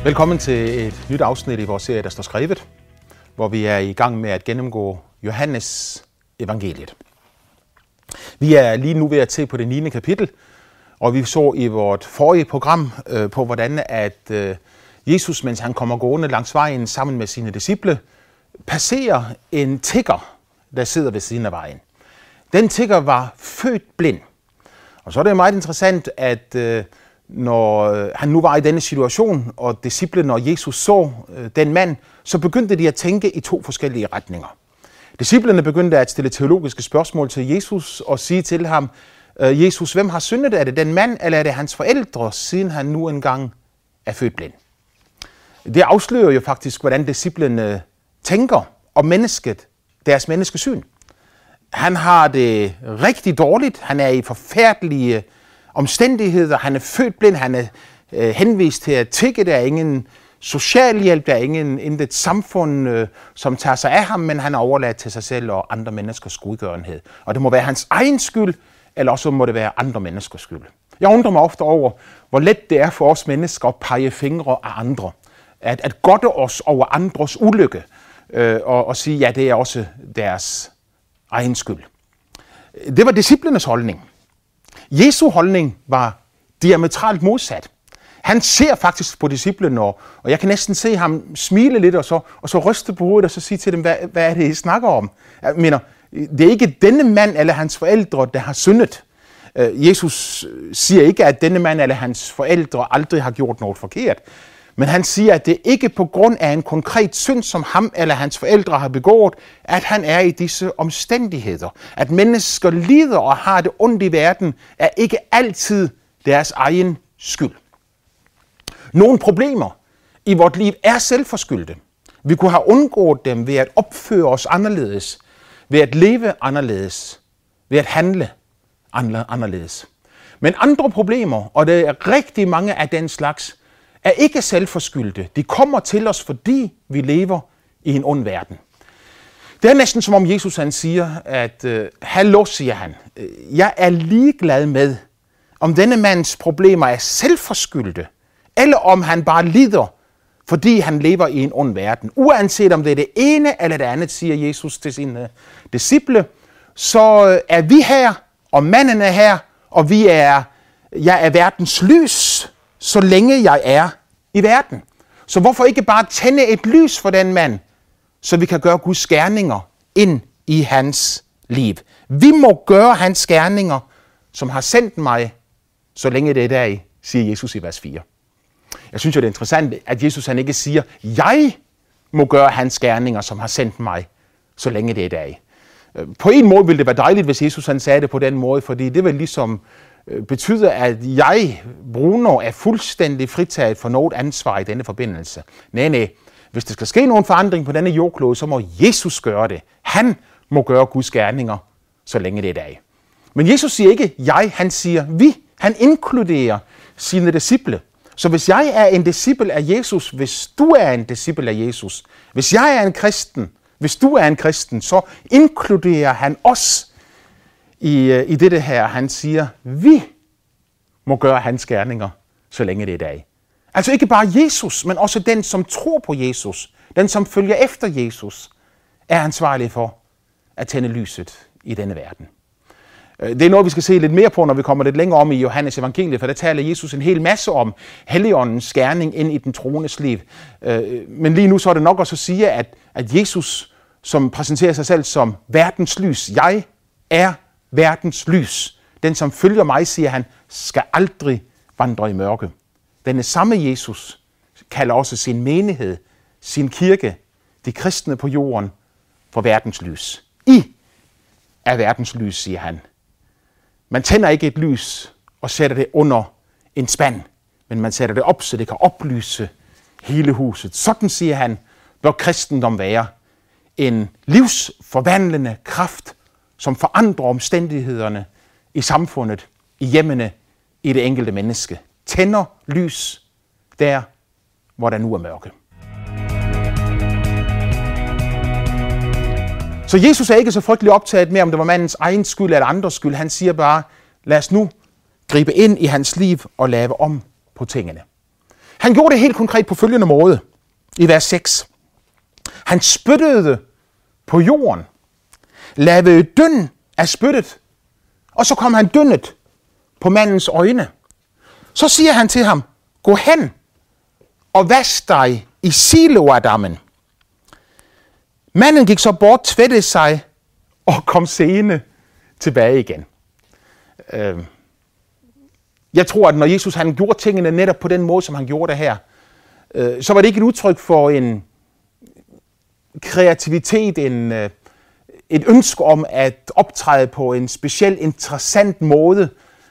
Velkommen til et nyt afsnit i vores serie, der står skrevet, hvor vi er i gang med at gennemgå Johannes evangeliet. Vi er lige nu ved at se på det 9. kapitel, og vi så i vort forrige program på, hvordan at Jesus, mens han kommer gående langs vejen sammen med sine disciple, passerer en tigger, der sidder ved siden af vejen. Den tigger var født blind. Og så er det meget interessant, at når han nu var i denne situation, og disciplene og Jesus så den mand, så begyndte de at tænke i to forskellige retninger. Disciplene begyndte at stille teologiske spørgsmål til Jesus og sige til ham, Jesus, hvem har syndet? Er det den mand, eller er det hans forældre, siden han nu engang er født blind? Det afslører jo faktisk, hvordan disciplene tænker om mennesket, deres menneskesyn. Han har det rigtig dårligt, han er i forfærdelige omstændigheder, han er født blind, han er henvist til at tigge, der er ingen socialhjælp, der er intet samfund, som tager sig af ham, men han er overladt til sig selv og andre menneskers godgørenhed. Og det må være hans egen skyld, eller også må det være andre menneskers skyld. Jeg undrer mig ofte over, hvor let det er for os mennesker at pege fingre af andre. At godte os over andres ulykke, og sige, ja, det er også deres egen skyld. Det var disciplenes holdning. Jesu holdning var diametralt modsat. Han ser faktisk på disciplene, og jeg kan næsten se ham smile lidt, og så ryste på hovedet, og så sige til dem, hvad er det, I snakker om? Jeg mener, det er ikke denne mand eller hans forældre, der har syndet. Jesus siger ikke, at denne mand eller hans forældre aldrig har gjort noget forkert. Men han siger, at det ikke på grund af en konkret synd, som ham eller hans forældre har begået, at han er i disse omstændigheder. At mennesker lider og har det ondt i verden, er ikke altid deres egen skyld. Nogle problemer i vort liv er selvforskyldte. Vi kunne have undgået dem ved at opføre os anderledes, ved at leve anderledes, ved at handle anderledes. Men andre problemer, og det er rigtig mange af den slags, er ikke selvforskyldte. De kommer til os, fordi vi lever i en ond verden. Det er næsten som om Jesus han siger, at hallo, siger han, jeg er ligeglad med, om denne mands problemer er selvforskyldte, eller om han bare lider, fordi han lever i en ond verden. Uanset om det er det ene eller det andet, siger Jesus til sine disciple, så er vi her, og manden er her, og jeg er verdens lys, så længe jeg er i verden. Så hvorfor ikke bare tænde et lys for den mand, så vi kan gøre Guds gerninger ind i hans liv. Vi må gøre hans gerninger, som har sendt mig, så længe det er dag, siger Jesus i vers 4. Jeg synes jo, det er interessant, at Jesus han ikke siger, jeg må gøre hans gerninger, som har sendt mig, så længe det er dag. På en måde ville det være dejligt, hvis Jesus han sagde det på den måde, fordi det vil ligesom betyder, at jeg, Bruno, er fuldstændig fritaget for noget ansvar i denne forbindelse. Nej. Hvis der skal ske nogen forandring på denne jordklode, så må Jesus gøre det. Han må gøre Guds gerninger, så længe det er dag. Men Jesus siger ikke jeg, han siger vi. Han inkluderer sine disciple. Så hvis jeg er en disciple af Jesus, hvis du er en disciple af Jesus, hvis jeg er en kristen, hvis du er en kristen, så inkluderer han os i dette her. Han siger, vi må gøre hans gerninger, så længe det er dag. Altså ikke bare Jesus, men også den, som tror på Jesus, den, som følger efter Jesus, er ansvarlig for at tænde lyset i denne verden. Det er noget, vi skal se lidt mere på, når vi kommer lidt længere om i Johannes evangeliet, for der taler Jesus en hel masse om Helligåndens gerning ind i den troendes liv. Men lige nu så er det nok også at sige, at Jesus, som præsenterer sig selv som verdens lys, jeg er verdens lys. Den, som følger mig, siger han, skal aldrig vandre i mørke. Denne samme Jesus kalder også sin menighed, sin kirke, de kristne på jorden, for verdens lys. I er verdens lys, siger han. Man tænder ikke et lys og sætter det under en spand, men man sætter det op, så det kan oplyse hele huset. Sådan, siger han, bør kristendom være. En livsforvandlende kraft, som forandrer omstændighederne i samfundet, i hjemmene, i det enkelte menneske. Tænder lys der, hvor der nu er mørke. Så Jesus er ikke så frygtelig optaget med, om det var mandens egen skyld eller andres skyld. Han siger bare, lad os nu gribe ind i hans liv og lave om på tingene. Han gjorde det helt konkret på følgende måde i vers 6. Han spyttede på jorden, lavede døn af spyttet, og så kom han dyndet på mandens øjne. Så siger han til ham, gå hen og vask dig i Siloadammen. Manden gik så bort, tvættede sig og kom seende tilbage igen. Jeg tror, at når Jesus han gjorde tingene netop på den måde, som han gjorde det her, så var det ikke et udtryk for en kreativitet, et ønske om at optræde på en speciel interessant måde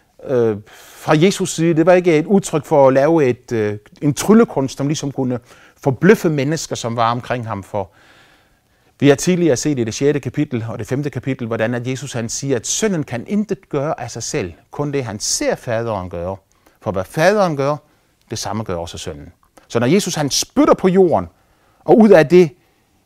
fra Jesus side. Det var ikke et udtryk for at lave en tryllekunst, som ligesom kunne forbløffe mennesker, som var omkring ham. For vi har tidligere set i det 6. kapitel og det 5. kapitel, hvordan at Jesus han siger, at sønnen kan intet gøre af sig selv, kun det han ser faderen gøre. For hvad faderen gør, det samme gør også sønnen. Så når Jesus han spytter på jorden, og ud af det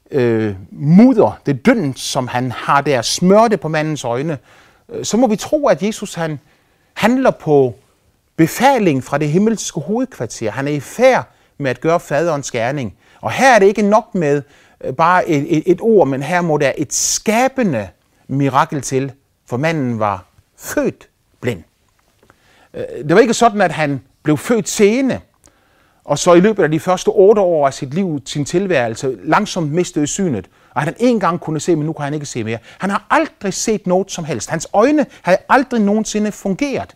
mudder, det døn, som han har der, smørte på mandens øjne, så må vi tro, at Jesus han handler på befaling fra det himmelske hovedkvarter. Han er i færd med at gøre faderens gerning. Og her er det ikke nok med bare et ord, men her må der et skabende mirakel til, for manden var født blind. Det var ikke sådan, at han blev født seende, og så i løbet af de første 8 år af sit liv, sin tilværelse, langsomt mistede synet. Og han en gang kunne se, men nu kan han ikke se mere. Han har aldrig set noget som helst. Hans øjne havde aldrig nogensinde fungeret.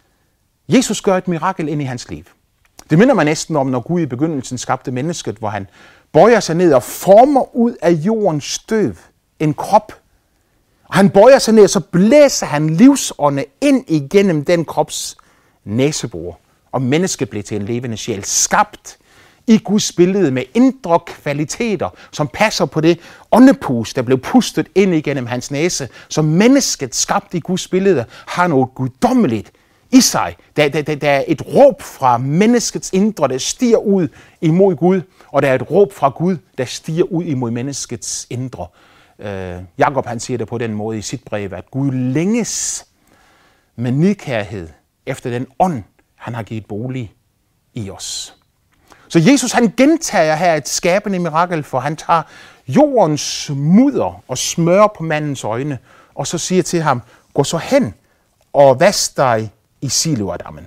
Jesus gør et mirakel ind i hans liv. Det minder man næsten om, når Gud i begyndelsen skabte mennesket, hvor han bøjer sig ned og former ud af jordens støv en krop. Og han bøjer sig ned, og så blæser han livsånde ind igennem den krops næsebor. Og mennesket blev til en levende sjæl, skabt i Guds billede med indre kvaliteter, som passer på det åndepust, der blev pustet ind igennem hans næse. Så mennesket, skabt i Guds billede, har noget guddommeligt i sig. Der er et råb fra menneskets indre, der stiger ud imod Gud, og der er et råb fra Gud, der stiger ud imod menneskets indre. Jakob han siger det på den måde i sit brev, at Gud længes med nidkærhed efter den ånd, han har givet bolig i os. Så Jesus han gentager her et skabende mirakel, for han tager jordens mudder og smører på mandens øjne, og så siger til ham, gå så hen og vask dig i Siloadammen.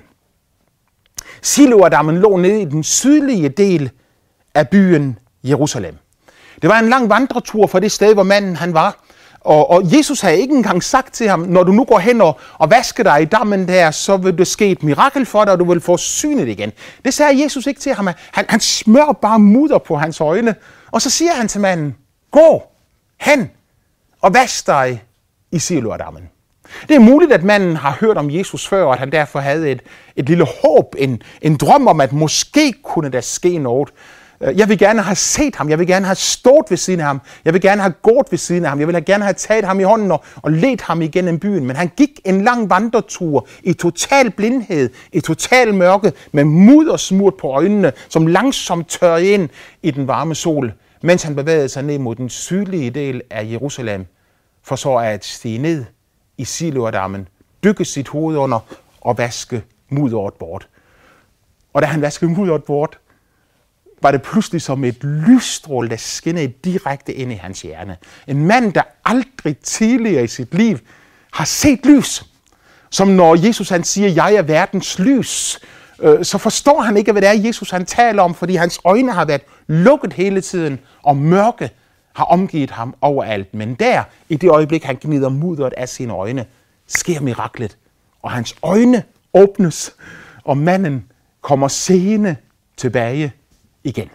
Siloadammen lå nede i den sydlige del af byen Jerusalem. Det var en lang vandretur fra det sted, hvor manden han var. Og Jesus havde ikke engang sagt til ham, når du nu går hen og vasker dig i dammen der, så vil det ske et mirakel for dig, og du vil få synet igen. Det sagde Jesus ikke til ham. Han smører bare mudder på hans øjne, og så siger han til manden, gå hen og vask dig i Siloadammen. Det er muligt, at manden har hørt om Jesus før, og at han derfor havde et lille håb, en drøm om, at måske kunne der ske noget. Jeg vil gerne have set ham, jeg vil gerne have stået ved siden af ham, jeg vil gerne have gået ved siden af ham, jeg vil gerne have taget ham i hånden og ledt ham igennem byen. Men han gik en lang vandretur i total blindhed, i total mørke, med mudder smurt på øjnene, som langsomt tørrede ind i den varme sol, mens han bevægede sig ned mod den sydlige del af Jerusalem, for så at stige ned i Siloadammen, dykke sit hoved under og vaske mudderet bort. Og da han vaskede mudderet bort, var det pludselig som et lysstråle, der skinnede direkte ind i hans hjerne. En mand, der aldrig tidligere i sit liv har set lys. Som når Jesus han siger, jeg er verdens lys, så forstår han ikke, hvad det er, Jesus han taler om, fordi hans øjne har været lukket hele tiden, og mørke har omgivet ham overalt. Men der, i det øjeblik, han gnider mudderet af sine øjne, sker miraklet, og hans øjne åbnes, og manden kommer seende tilbage igen.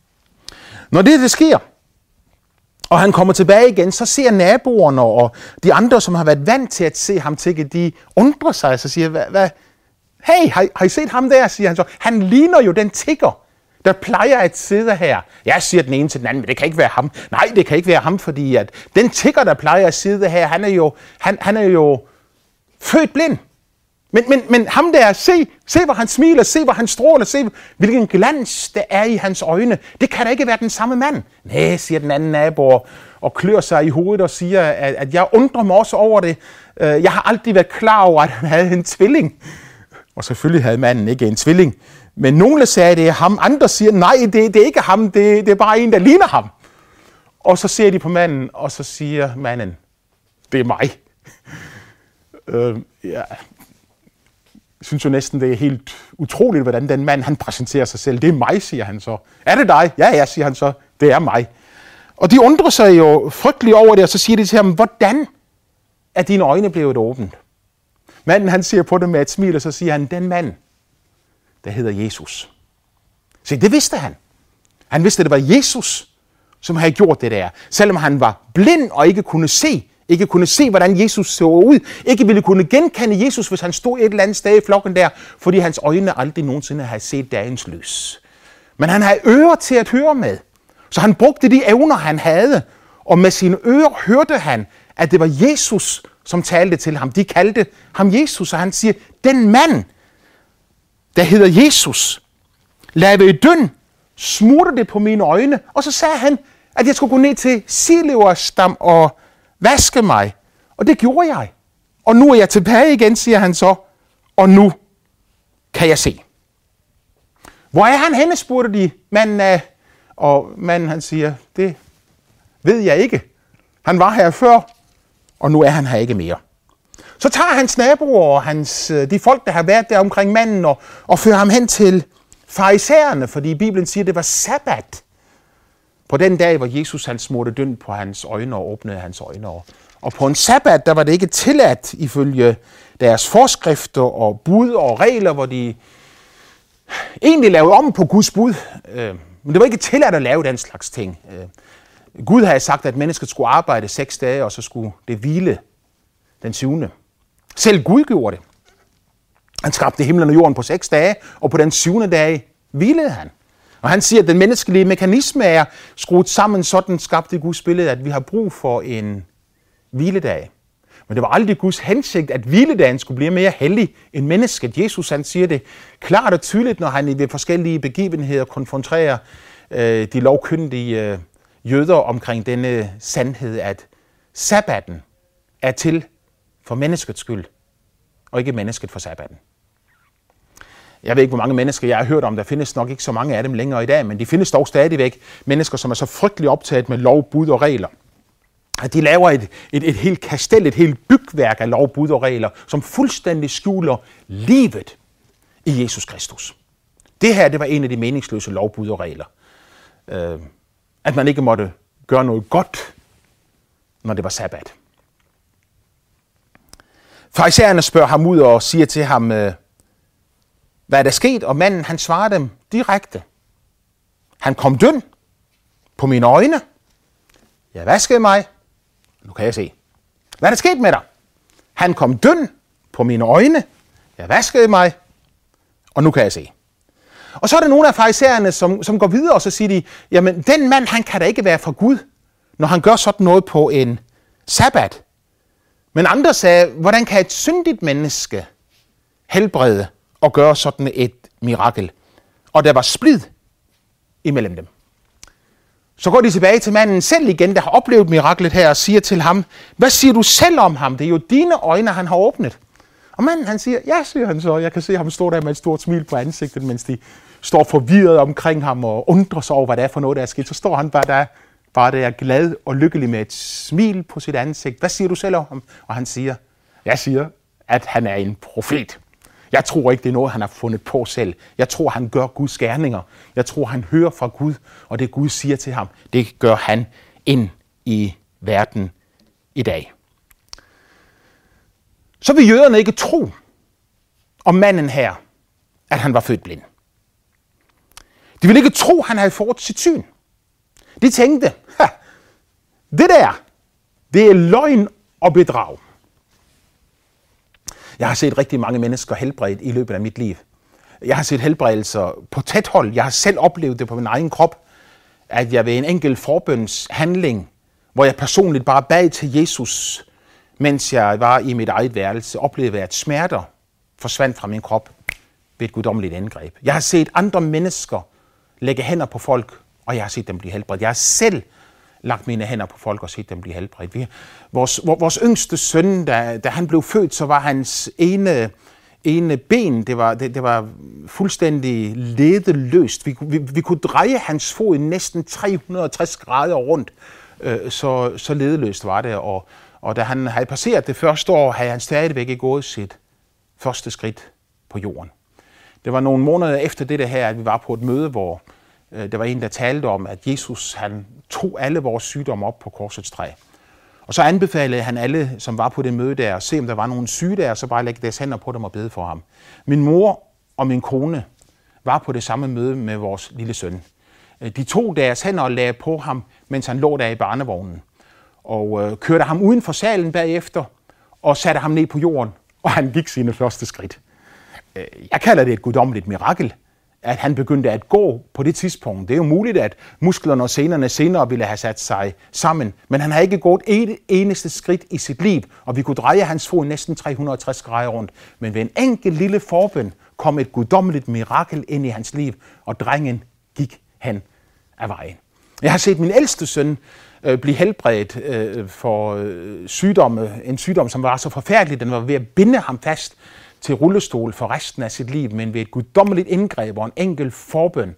Når det sker, og han kommer tilbage igen, så ser naboerne og de andre, som har været vant til at se ham tikke, de undrer sig og siger, hvad? Hey, har I set ham der, siger han så. Han ligner jo den tigger, der plejer at sidde her. Jeg siger den ene til den anden, men det kan ikke være ham. Nej, det kan ikke være ham, fordi at den tigger, der plejer at sidde her, han er jo født blind. Men ham der, se hvor han smiler, se hvor han stråler, se hvilken glans der er i hans øjne. Det kan da ikke være den samme mand. Nej, siger den anden nabo og klør sig i hovedet og siger, at jeg undrer mig også over det. Jeg har aldrig været klar over, at han havde en tvilling. Og selvfølgelig havde manden ikke en tvilling, Men nogle sagde, det er ham. Andre siger, nej, det er ikke ham. Det er bare en, der ligner ham. Og så ser de på manden, og så siger manden, det er mig. Jeg synes jo næsten, det er helt utroligt, hvordan den mand, han præsenterer sig selv. Det er mig, siger han så. Er det dig? Ja, siger han så. Det er mig. Og de undrer sig jo frygteligt over det, og så siger de til ham, hvordan er dine øjne blevet åbent? Manden, han ser på det med et smil, og så siger han, den mand, der hedder Jesus. Så det vidste han. Han vidste, at det var Jesus, som havde gjort det der. Selvom han var blind og ikke kunne se, hvordan Jesus så ud, ikke ville kunne genkende Jesus, hvis han stod et eller andet sted i flokken der, fordi hans øjne aldrig nogensinde havde set dagens lys. Men han havde ører til at høre med. Så han brugte de evner, han havde, og med sine ører hørte han, at det var Jesus, som talte til ham. De kaldte ham Jesus, og han siger, den mand, der hedder Jesus, lavede et døn, smurte det på mine øjne, og så sagde han, at jeg skulle gå ned til Siloasdam og vaske mig. Og det gjorde jeg. Og nu er jeg tilbage igen, siger han så, og nu kan jeg se. Hvor er han henne, spurgte de manden, og manden han siger, det ved jeg ikke. Han var her før, og nu er han her ikke mere. Så tager hans naboer og de folk, der har været der omkring manden, og fører ham hen til farisæerne, fordi Bibelen siger, at det var sabbat. På den dag, hvor Jesus han smurte døn på hans øjne og åbnede hans øjne. Og på en sabbat, der var det ikke tilladt ifølge deres forskrifter og bud og regler, hvor de egentlig lavede om på Guds bud. Men det var ikke tilladt at lave den slags ting. Gud havde sagt, at mennesket skulle arbejde 6 dage, og så skulle det hvile den 7. Selv Gud gjorde det. Han skabte himlen og jorden på 6 dage, og på den 7. dag hvilede han. Og han siger, at den menneskelige mekanisme er skruet sammen sådan skabt i Guds billede, at vi har brug for en hviledag. Men det var aldrig Guds hensigt, at hviledagen skulle blive mere hellig end mennesket. Jesus han siger det klart og tydeligt, når han ved forskellige begivenheder konfronterer de lovkyndige jøder omkring denne sandhed, at sabbaten er til for menneskets skyld, og ikke mennesket for sabbaten. Jeg ved ikke, hvor mange mennesker jeg har hørt om. Der findes nok ikke så mange af dem længere i dag, men de findes dog stadigvæk mennesker, som er så frygteligt optaget med lov, bud og regler. At de laver et helt kastel, et helt bygværk af lov, bud og regler, som fuldstændig skjuler livet i Jesus Kristus. Det her, det var en af de meningsløse lov, bud og regler. At man ikke måtte gøre noget godt, når det var sabbat. Farisæerne spørger ham ud og siger til ham, hvad er der sket? Og manden, han svarer dem direkte. Han kom døn på mine øjne. Jeg vaskede mig. Nu kan jeg se. Hvad er der sket med dig? Han kom døn på mine øjne. Jeg vaskede mig. Og nu kan jeg se. Og så er der nogle af farisæerne, som går videre, og så siger de, jamen den mand, han kan da ikke være fra Gud, når han gør sådan noget på en sabbat. Men andre sagde, hvordan kan et syndigt menneske helbrede og gøre sådan et mirakel? Og der var splid imellem dem. Så går de tilbage til manden selv igen, der har oplevet miraklet her, og siger til ham, hvad siger du selv om ham? Det er jo dine øjne, han har åbnet. Og manden han siger, ja, siger han så, jeg kan se ham stå der med et stort smil på ansigtet, mens de står forvirret omkring ham og undrer sig over, hvad det er for noget, der er sket. Så står han bare der glad og lykkelig med et smil på sit ansigt. Hvad siger du selv om ham? Og han siger, jeg siger, at han er en profet. Jeg tror ikke, det er noget, han har fundet på selv. Jeg tror, han gør Guds gerninger. Jeg tror, han hører fra Gud, og det Gud siger til ham, det gør han ind i verden i dag. Så vil jøderne ikke tro om manden her, at han var født blind. De ville ikke tro, han havde fået sit syn. De tænkte, det der, det er løgn og bedrag. Jeg har set rigtig mange mennesker helbredt i løbet af mit liv. Jeg har set helbredelser på tæt hold. Jeg har selv oplevet det på min egen krop, at jeg ved en enkelt forbønshandling, hvor jeg personligt bare bad til Jesus, mens jeg var i mit eget værelse, oplevede, at smerter forsvandt fra min krop ved et guddommeligt indgreb. Jeg har set andre mennesker lægge hænder på folk, og jeg har set dem blive helbredt. Jeg har selv lagt mine hænder på folk og set dem blive helbredt. Vores yngste søn, da han blev født, så var hans ene ene ben, det var fuldstændig ledeløst. Vi kunne dreje hans fod næsten 360 grader rundt, så ledeløst var det. Og da han havde passeret det første år, havde han stadigvæk ikke gået sit første skridt på jorden. Det var nogle måneder efter det her, at vi var på et møde, hvor der var en, der talte om, at Jesus han tog alle vores sygdomme op på korsets træ. Og så anbefalede han alle, som var på det møde der, at se, om der var nogen syge der, så bare lægge deres hænder på dem og bede for ham. Min mor og min kone var på det samme møde med vores lille søn. De tog deres hænder og lagde på ham, mens han lå der i barnevognen. Og kørte ham uden for salen bagefter og satte ham ned på jorden, og han gik sine første skridt. Jeg kalder det et guddommeligt mirakel, at han begyndte at gå på det tidspunkt. Det er jo muligt, at musklerne og senerne senere ville have sat sig sammen, men han har ikke gået et eneste skridt i sit liv, og vi kunne dreje hans fod næsten 360 grader rundt. Men ved en enkelt lille forbøn kom et guddommeligt mirakel ind i hans liv, og drengen gik hen af vejen. Jeg har set min ældste søn blive helbredt for en sygdom, som var så forfærdelig, den var ved at binde ham fast til rullestol for resten af sit liv, men ved et guddommeligt indgreb og en enkelt forbøn,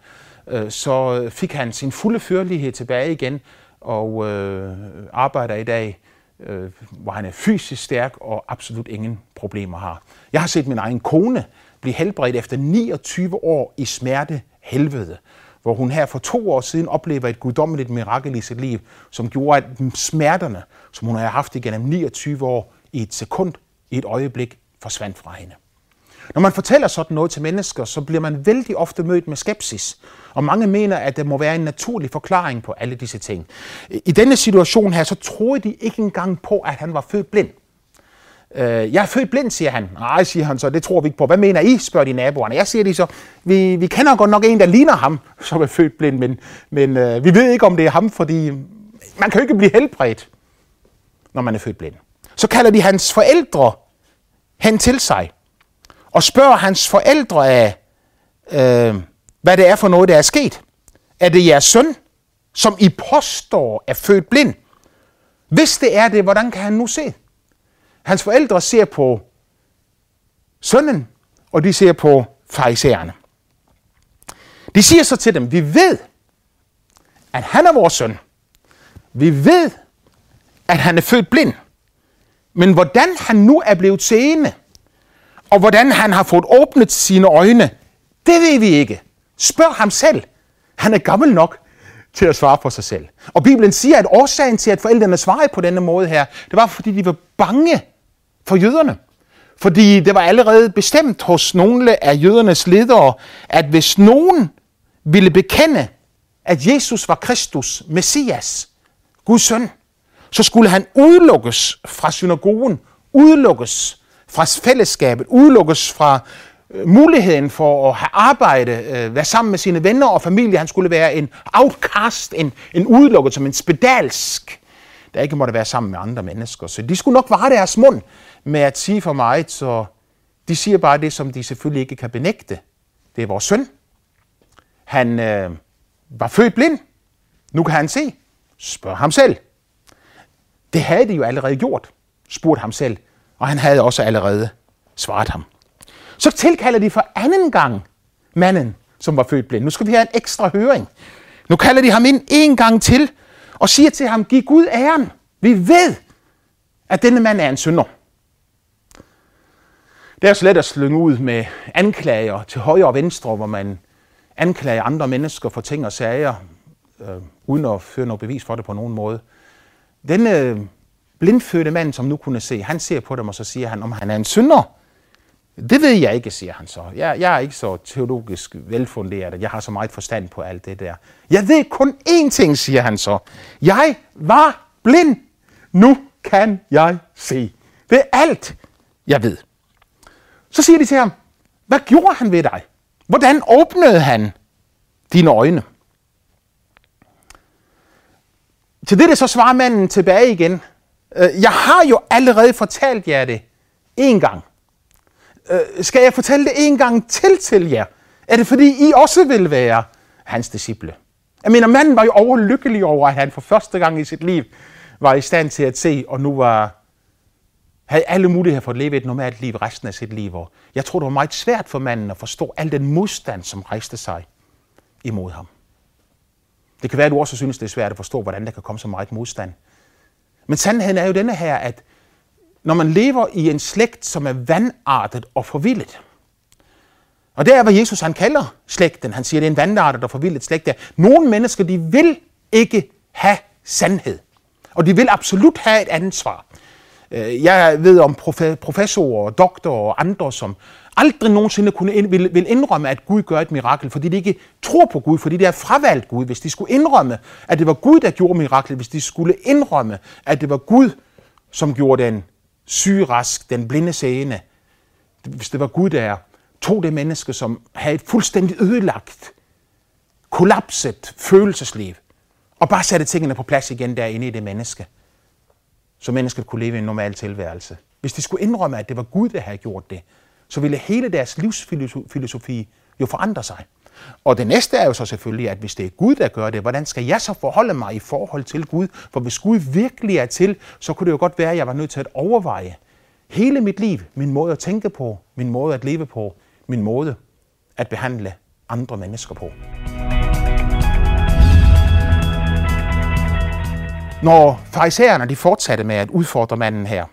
så fik han sin fulde førlighed tilbage igen, og arbejder i dag, hvor han er fysisk stærk og absolut ingen problemer har. Jeg har set min egen kone blive helbredt efter 29 år i smertehelvede, hvor hun her for 2 år siden oplever et guddommeligt mirakel i sit liv, som gjorde, at smerterne, som hun har haft igennem 29 år, i et sekund, i et øjeblik, forsvandt fra hende. Når man fortæller sådan noget til mennesker, så bliver man vældig ofte mødt med skepsis, og mange mener, at der må være en naturlig forklaring på alle disse ting. I denne situation her, så troede de ikke engang på, at han var født blind. Jeg er født blind, siger han. Nej, siger han så, det tror vi ikke på. Hvad mener I, spørger de naboerne. Jeg siger de så, vi kender godt nok en, der ligner ham, som er født blind, men vi ved ikke, om det er ham, fordi man kan jo ikke blive helbredt, når man er født blind. Så kalder de hans forældre hen til sig, og spørger hans forældre af, hvad det er for noget, der er sket. Er det jeres søn, som I påstår er født blind? Hvis det er det, hvordan kan han nu se? Hans forældre ser på sønnen, og de ser på farisæerne. De siger så til dem, vi ved, at han er vores søn. Vi ved, at han er født blind. Men hvordan han nu er blevet seende, og hvordan han har fået åbnet sine øjne, det ved vi ikke. Spørg ham selv. Han er gammel nok til at svare for sig selv. Og Bibelen siger, at årsagen til, at forældrene svarede på denne måde her, det var, fordi de var bange for jøderne. Fordi det var allerede bestemt hos nogle af jødernes ledere, at hvis nogen ville bekende, at Jesus var Kristus, Messias, Guds søn, så skulle han udelukkes fra synagogen, udelukkes fra fællesskabet, udelukkes fra muligheden for at have arbejde, være sammen med sine venner og familie. Han skulle være en outcast, en udelukket som en spedalsk, der ikke måtte være sammen med andre mennesker. Så de skulle nok vare deres mund med at sige for meget, så de siger bare det, som de selvfølgelig ikke kan benægte. Det er vores søn. Han var født blind. Nu kan han se. Spørg ham selv. Det havde de jo allerede gjort. Spurgte ham selv. Og han havde også allerede svaret ham. Så tilkalder de for anden gang manden, som var født blind. Nu skal vi have en ekstra høring. Nu kalder de ham ind en gang til og siger til ham, giv Gud æren. Vi ved, at denne mand er en synder. Det er så let at slynge ud med anklager til højre og venstre, hvor man anklager andre mennesker for ting og sager, uden at føre noget bevis for det på nogen måde. Denne blindfødte mand, som nu kunne se, han ser på dem, og så siger han, om han er en synder. Det ved jeg ikke, siger han så. Jeg er ikke så teologisk velfunderet, jeg har så meget forstand på alt det der. Jeg ved kun én ting, siger han så. Jeg var blind. Nu kan jeg se. Det er alt, jeg ved. Så siger de til ham, hvad gjorde han ved dig? Hvordan åbnede han dine øjne? Til det så svarer manden tilbage igen. Jeg har jo allerede fortalt jer det en gang. Skal jeg fortælle det en gang til jer? Er det fordi I også vil være hans disciple? Jeg mener, manden var jo overlykkelig over, at han for første gang i sit liv var i stand til at se, og nu var havde alle muligheder for at leve et normalt liv resten af sit liv. Og jeg tror, det var meget svært for manden at forstå al den modstand, som rejste sig imod ham. Det kan være, at du også synes, det er svært at forstå, hvordan der kan komme så meget modstand. Men sandheden er jo denne her, at når man lever i en slægt, som er vandartet og forvildet, og det er, hvad Jesus han kalder slægten. Han siger, det er en vandartet og forvildet slægt. Nogle mennesker, de vil ikke have sandhed. Og de vil absolut have et ansvar. Jeg ved om professorer, doktorer og andre, som aldrig nogensinde vil indrømme, at Gud gør et mirakel, fordi de ikke tror på Gud, fordi de har fravalgt Gud. Hvis de skulle indrømme, at det var Gud, der gjorde miraklet, hvis de skulle indrømme, at det var Gud, som gjorde den syge rask, den blinde seende, hvis det var Gud, der tog det menneske, som havde et fuldstændig ødelagt, kollapset følelsesliv, og bare satte tingene på plads igen derinde i det menneske, så mennesket kunne leve en normal tilværelse. Hvis de skulle indrømme, at det var Gud, der havde gjort det, så ville hele deres livsfilosofi jo forandre sig. Og det næste er jo så selvfølgelig, at hvis det er Gud, der gør det, hvordan skal jeg så forholde mig i forhold til Gud? For hvis Gud virkelig er til, så kunne det jo godt være, at jeg var nødt til at overveje hele mit liv, min måde at tænke på, min måde at leve på, min måde at behandle andre mennesker på. Når farisæerne de fortsatte med at udfordre manden her,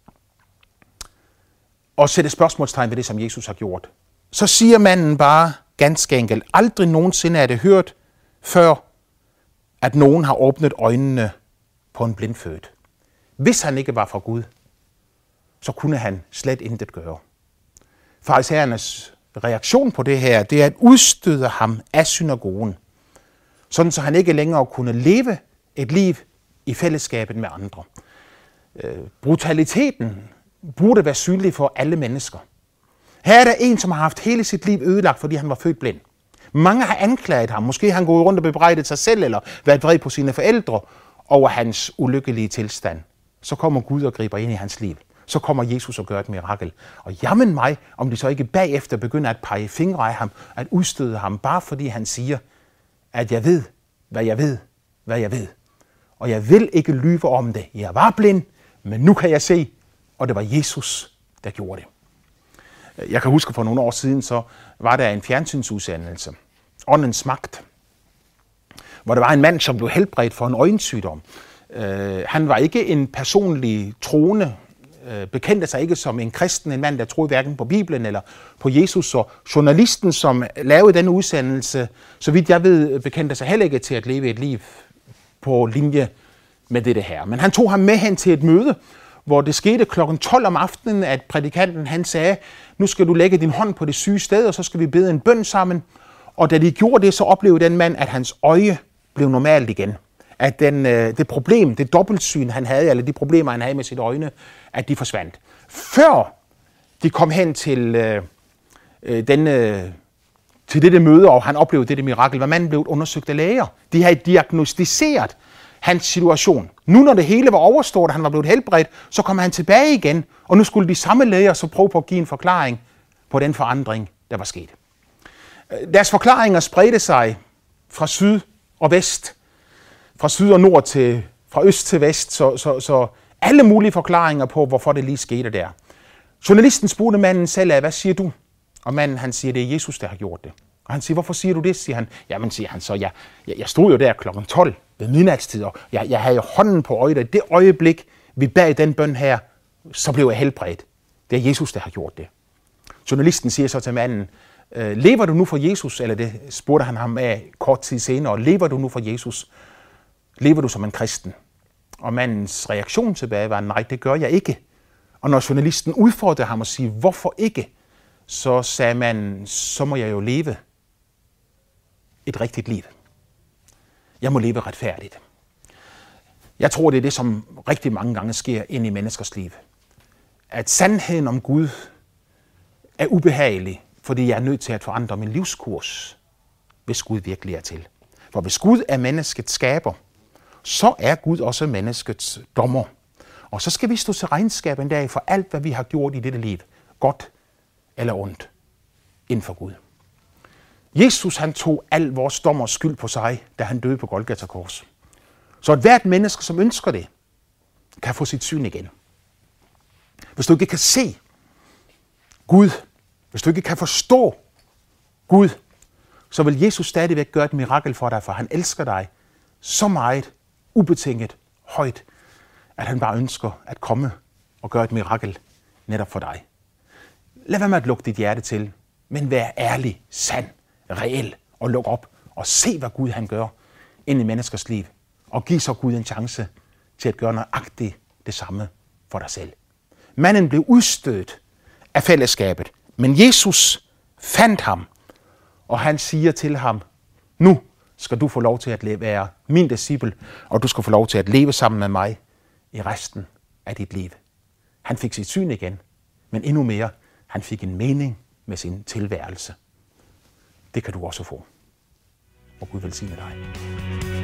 og sætte spørgsmålstegn ved det, som Jesus har gjort, så siger manden bare ganske enkelt, aldrig nogensinde er det hørt før, at nogen har åbnet øjnene på en blindfødt. Hvis han ikke var fra Gud, så kunne han slet intet gøre. Farisæernes reaktion på det her, det er at udstøde ham af synagogen, sådan så han ikke længere kunne leve et liv i fællesskabet med andre. Brutaliteten burde være synlig for alle mennesker. Her er der en, som har haft hele sit liv ødelagt, fordi han var født blind. Mange har anklaget ham. Måske har han gået rundt og bebrejdet sig selv, eller været vred på sine forældre over hans ulykkelige tilstand. Så kommer Gud og griber ind i hans liv. Så kommer Jesus og gør et mirakel. Og jamen mig, om de så ikke bagefter begynder at pege fingre af ham, at udstøde ham, bare fordi han siger, at jeg ved, hvad jeg ved, hvad jeg ved. Og jeg vil ikke lyve om det. Jeg var blind, men nu kan jeg se, og det var Jesus, der gjorde det. Jeg kan huske for nogle år siden, så var der en fjernsynsudsendelse, Åndens Magt, hvor der var en mand, som blev helbredt for en øjensygdom. Han var ikke en personlig troende, bekendte sig ikke som en kristen, en mand, der troede hverken på Bibelen eller på Jesus. Og journalisten, som lavede denne udsendelse, så vidt jeg ved, bekendte sig heller ikke til at leve et liv på linje med dette her. Men han tog ham med hen til et møde, hvor det skete klokken 12 om aftenen, at prædikanten han sagde, nu skal du lægge din hånd på det syge sted, og så skal vi bede en bøn sammen. Og da de gjorde det, så oplevede den mand, at hans øje blev normalt igen. At det problem, det dobbeltsyn, han havde, eller de problemer, han havde med sit øjne, at de forsvandt. Før de kom hen til dette møde, og han oplevede dette mirakel, var manden blevet undersøgt af læger. De havde diagnostiseret hans situation. Nu når det hele var overstået, og han var blevet helbredt, så kom han tilbage igen, og nu skulle de samme læger så prøve på at give en forklaring på den forandring, der var sket. Deres forklaringer spredte sig fra syd og vest, fra syd og nord til, fra øst til vest, så alle mulige forklaringer på, hvorfor det lige skete der. Journalisten spurgte manden selv af, hvad siger du? Og manden han siger, det er Jesus, der har gjort det. Og han siger, hvorfor siger du det? Siger han. Jamen, siger han så, jeg stod jo der klokken 12 ved midnatstid, og jeg havde jo hånden på øjet, og i det øjeblik, vi bag den bøn her, så blev jeg helbredt. Det er Jesus, der har gjort det. Journalisten siger så til manden, lever du nu for Jesus? Eller det spurgte han ham af kort tid senere, lever du nu for Jesus? Lever du som en kristen? Og mandens reaktion tilbage var, nej, det gør jeg ikke. Og når journalisten udfordrede ham og siger, hvorfor ikke? Så sagde man, så må jeg jo leve et rigtigt liv. Jeg må leve retfærdigt. Jeg tror, det er det, som rigtig mange gange sker ind i menneskers liv. At sandheden om Gud er ubehagelig, fordi jeg er nødt til at forandre min livskurs, hvis Gud virkelig er til. For hvis Gud er menneskets skaber, så er Gud også menneskets dommer. Og så skal vi stå til regnskab en dag for alt, hvad vi har gjort i dette liv, godt eller ondt, inden for Gud. Jesus han tog al vores dommers skyld på sig, da han døde på Golgata kors. Så at hvert menneske, som ønsker det, kan få sit syn igen. hvis du ikke kan se Gud, hvis du ikke kan forstå Gud, så vil Jesus stadigvæk gøre et mirakel for dig, for han elsker dig så meget, ubetinget, højt, at han bare ønsker at komme og gøre et mirakel netop for dig. Lad være med at lukke dit hjerte til, men vær ærlig, sand, reel og luk op og se, hvad Gud han gør ind i menneskers liv. Og giv så Gud en chance til at gøre nøjagtigt det samme for dig selv. Manden blev udstødt af fællesskabet, men Jesus fandt ham, og han siger til ham, nu skal du få lov til at være min disciple, og du skal få lov til at leve sammen med mig i resten af dit liv. Han fik sit syn igen, men endnu mere, han fik en mening med sin tilværelse. Det kan du også få. Og Gud velsigne dig.